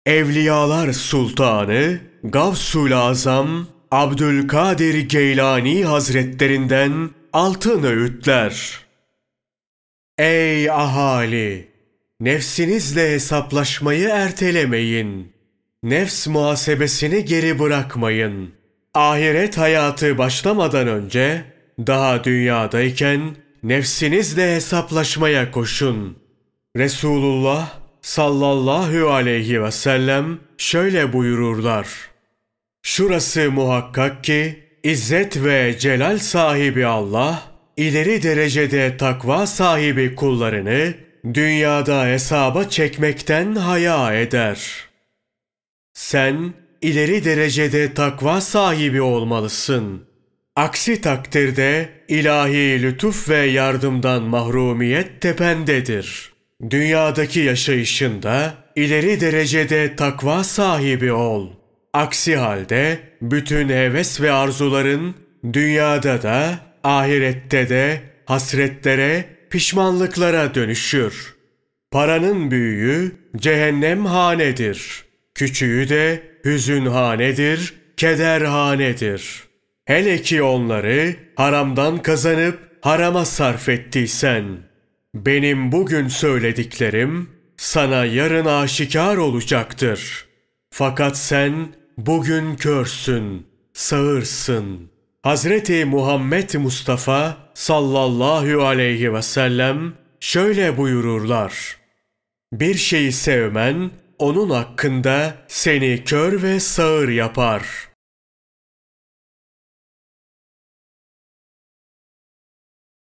Evliyalar Sultanı Gavsul Azam Abdülkadir Geylani Hazretlerinden altın öğütler. Ey ahali! Nefsinizle hesaplaşmayı ertelemeyin. Nefs muhasebesini geri bırakmayın. Ahiret hayatı başlamadan önce, daha dünyadayken nefsinizle hesaplaşmaya koşun. Resulullah sallallahu aleyhi ve sellem şöyle buyururlar. Şurası muhakkak ki İzzet ve celal sahibi Allah, ileri derecede takva sahibi kullarını dünyada hesaba çekmekten haya eder. Sen ileri derecede takva sahibi olmalısın. Aksi takdirde ilahi lütuf ve yardımdan mahrumiyet tependedir. Dünyadaki yaşayışında ileri derecede takva sahibi ol. Aksi halde bütün heves ve arzuların dünyada da ahirette de hasretlere, pişmanlıklara dönüşür. Paranın büyüğü cehennemhanedir. Küçüğü de hüzünhanedir, kederhanedir. Hele ki onları haramdan kazanıp harama sarf ettiysen. Benim bugün söylediklerim sana yarın aşikar olacaktır. Fakat sen bugün körsün, sağırsın. Hazreti Muhammed Mustafa sallallahu aleyhi ve sellem şöyle buyururlar. Bir şeyi sevmen, onun hakkında seni kör ve sağır yapar.